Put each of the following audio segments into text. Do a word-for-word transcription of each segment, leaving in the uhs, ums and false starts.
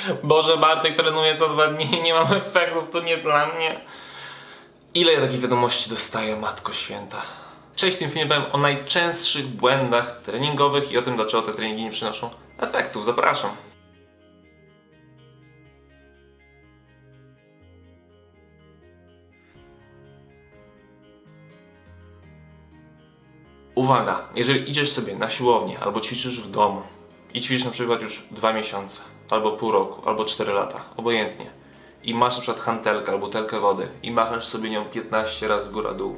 Boże, Bartek trenuje co dwa dni, nie mam efektów, to nie dla mnie. Ile ja takich wiadomości dostaję, Matko Święta? Cześć, w tym filmie powiem o najczęstszych błędach treningowych i o tym, dlaczego te treningi nie przynoszą efektów. Zapraszam. Uwaga, jeżeli idziesz sobie na siłownię albo ćwiczysz w domu i ćwiczysz na przykład już dwa miesiące, albo pół roku, albo cztery lata, obojętnie, i masz na przykład hantelkę albo butelkę wody i machasz sobie nią piętnaście razy góra-dół,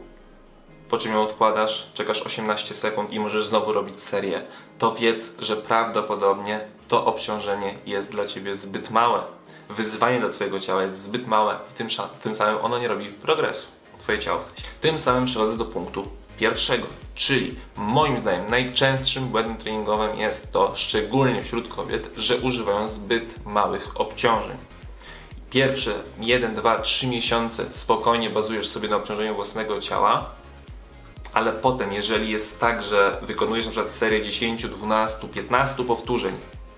po czym ją odkładasz, czekasz osiemnaście sekund i możesz znowu robić serię, to wiedz, że prawdopodobnie to obciążenie jest dla Ciebie zbyt małe. Wyzwanie dla Twojego ciała jest zbyt małe i tym, tym samym ono nie robi progresu. Twoje ciało w sensie. Tym samym przechodzę do punktu pierwszego, czyli moim zdaniem najczęstszym błędem treningowym jest to, szczególnie wśród kobiet, że używają zbyt małych obciążeń. Pierwsze jeden, dwa, trzy miesiące spokojnie bazujesz sobie na obciążeniu własnego ciała, ale potem, jeżeli jest tak, że wykonujesz na przykład serię dziesięć, dwanaście, piętnaście powtórzeń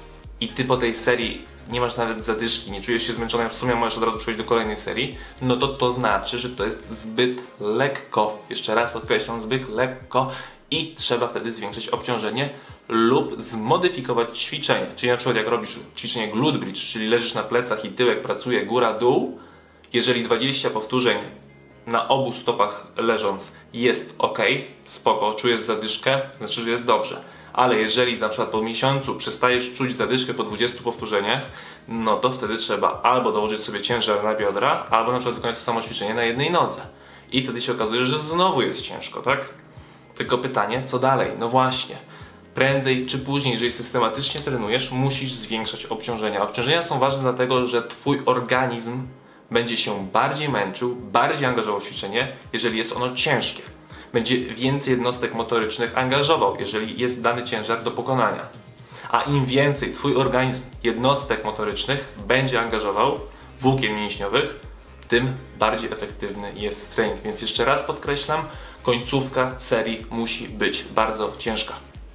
i ty po tej serii nie masz nawet zadyszki, nie czujesz się zmęczony, w sumie możesz od razu przejść do kolejnej serii, no to to znaczy, że to jest zbyt lekko. Jeszcze raz podkreślam, zbyt lekko i trzeba wtedy zwiększyć obciążenie lub zmodyfikować ćwiczenie. Czyli na przykład jak robisz ćwiczenie glute bridge, czyli leżysz na plecach i tyłek pracuje góra-dół, jeżeli dwadzieścia powtórzeń na obu stopach leżąc jest ok, spoko, czujesz zadyszkę, znaczy, że jest dobrze. Ale jeżeli na przykład po miesiącu przestajesz czuć zadyszkę po dwudziestu powtórzeniach, no to wtedy trzeba albo dołożyć sobie ciężar na biodra, albo na przykład wykonać to samo ćwiczenie na jednej nodze. I wtedy się okazuje, że znowu jest ciężko, tak? Tylko pytanie, co dalej? No właśnie, prędzej czy później, jeżeli systematycznie trenujesz, musisz zwiększać obciążenia. Obciążenia są ważne dlatego, że Twój organizm będzie się bardziej męczył, bardziej angażował w ćwiczenie, jeżeli jest ono ciężkie. Będzie więcej jednostek motorycznych angażował, jeżeli jest dany ciężar do pokonania. A im więcej Twój organizm jednostek motorycznych będzie angażował, włókien mięśniowych, tym bardziej efektywny jest trening. Więc jeszcze raz podkreślam, końcówka serii musi być bardzo ciężka.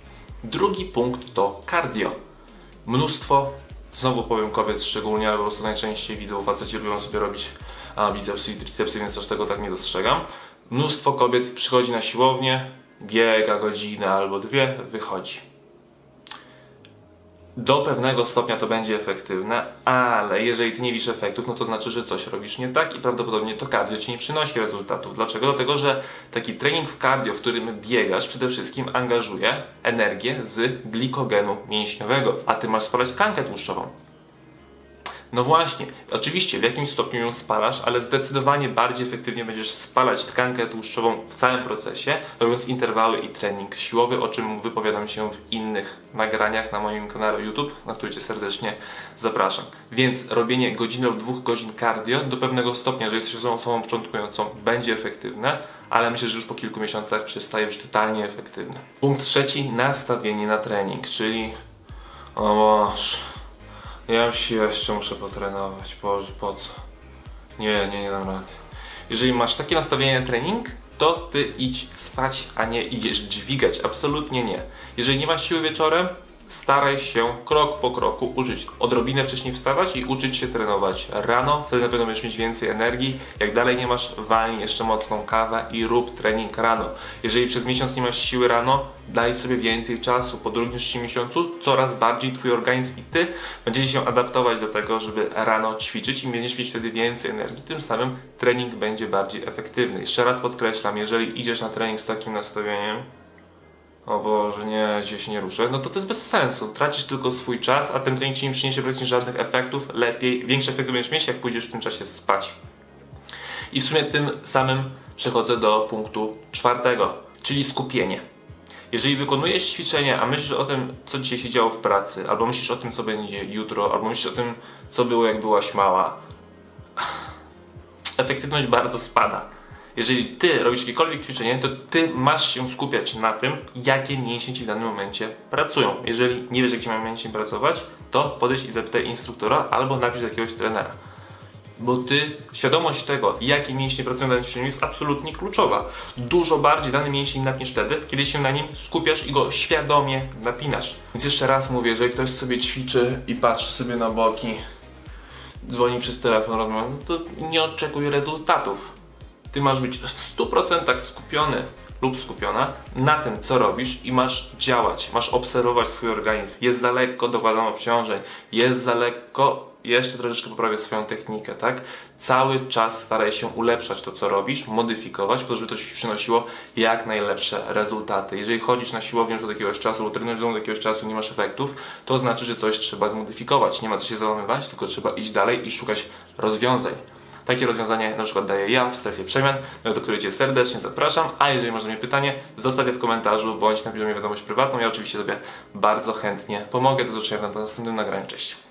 Drugi punkt to cardio. Mnóstwo, znowu powiem kobiet szczególnie, ale po prostu najczęściej widzę, faceci lubią sobie robić a, bicepsy i tricepsy, więc aż tego tak nie dostrzegam. Mnóstwo kobiet przychodzi na siłownię, biega godzinę albo dwie, wychodzi. Do pewnego stopnia to będzie efektywne, ale jeżeli Ty nie widzisz efektów, no to znaczy, że coś robisz nie tak i prawdopodobnie to cardio Ci nie przynosi rezultatów. Dlaczego? Dlatego, że taki trening w cardio, w którym biegasz, przede wszystkim angażuje energię z glikogenu mięśniowego, a Ty masz spalać tkankę tłuszczową. No właśnie, oczywiście w jakimś stopniu ją spalasz, ale zdecydowanie bardziej efektywnie będziesz spalać tkankę tłuszczową w całym procesie, robiąc interwały i trening siłowy, o czym wypowiadam się w innych nagraniach na moim kanale YouTube, na który Cię serdecznie zapraszam. Więc robienie godziny lub dwóch godzin cardio do pewnego stopnia, że jesteś osobą początkującą, będzie efektywne, ale myślę, że już po kilku miesiącach przestaje być totalnie efektywne. Punkt trzeci, nastawienie na trening, czyli o Boże, ja się jeszcze muszę potrenować, Boże, po co? Nie, nie, nie dam rady. Jeżeli masz takie nastawienie na trening, to Ty idź spać, a nie idziesz dźwigać, absolutnie nie. Jeżeli nie masz siły wieczorem, staraj się krok po kroku użyć, odrobinę wcześniej wstawać i uczyć się trenować rano, wtedy na pewno będziesz mieć więcej energii. Jak dalej nie masz, walnij jeszcze mocną kawę i rób trening rano. Jeżeli przez miesiąc nie masz siły rano, daj sobie więcej czasu. Po drugim trzecim miesiącu coraz bardziej Twój organizm i Ty będziecie się adaptować do tego, żeby rano ćwiczyć i będziesz mieć wtedy więcej energii. Tym samym trening będzie bardziej efektywny. Jeszcze raz podkreślam, jeżeli idziesz na trening z takim nastawieniem, o Boże, nie, dzisiaj się nie ruszę, no to to jest bez sensu. Tracisz tylko swój czas, a ten trening Ci nie przyniesie praktycznie żadnych efektów. Lepiej, większe efekty będziesz mieć, jak pójdziesz w tym czasie spać. I w sumie tym samym przechodzę do punktu czwartego, czyli skupienie. Jeżeli wykonujesz ćwiczenie, a myślisz o tym, co dzisiaj się działo w pracy, albo myślisz o tym, co będzie jutro, albo myślisz o tym, co było, jak byłaś mała, efektywność bardzo spada. Jeżeli Ty robisz jakiekolwiek ćwiczenie, to Ty masz się skupiać na tym, jakie mięśnie Ci w danym momencie pracują. Jeżeli nie wiesz, jak Ci mają mięśnie pracować, to podejdź i zapytaj instruktora albo napisz do jakiegoś trenera. Bo Ty, świadomość tego, jakie mięśnie pracują w danym ćwiczeniu, jest absolutnie kluczowa. Dużo bardziej dany mięsień napniesz wtedy, kiedy się na nim skupiasz i go świadomie napinasz. Więc jeszcze raz mówię, jeżeli ktoś sobie ćwiczy i patrzy sobie na boki dzwoni przez telefon, rozmawia, no to nie oczekuj rezultatów. Ty masz być w stu procentach skupiony lub skupiona na tym, co robisz i masz działać, masz obserwować swój organizm. Jest za lekko, dokładam obciążeń, jest za lekko, jeszcze troszeczkę poprawię swoją technikę, tak? Cały czas staraj się ulepszać to, co robisz, modyfikować, po to, żeby to ci przynosiło jak najlepsze rezultaty. Jeżeli chodzisz na siłownię już od jakiegoś czasu lub trenujesz od jakiegoś czasu i nie masz efektów, to znaczy, że coś trzeba zmodyfikować. Nie ma co się załamywać, tylko trzeba iść dalej i szukać rozwiązań. Takie rozwiązanie na przykład daję ja w strefie przemian, do której Cię serdecznie zapraszam, a jeżeli masz do mnie pytanie, zostaw je w komentarzu bądź napisz mi wiadomość prywatną, ja oczywiście Tobie bardzo chętnie pomogę. Do zobaczenia w następnym nagraniu. Cześć!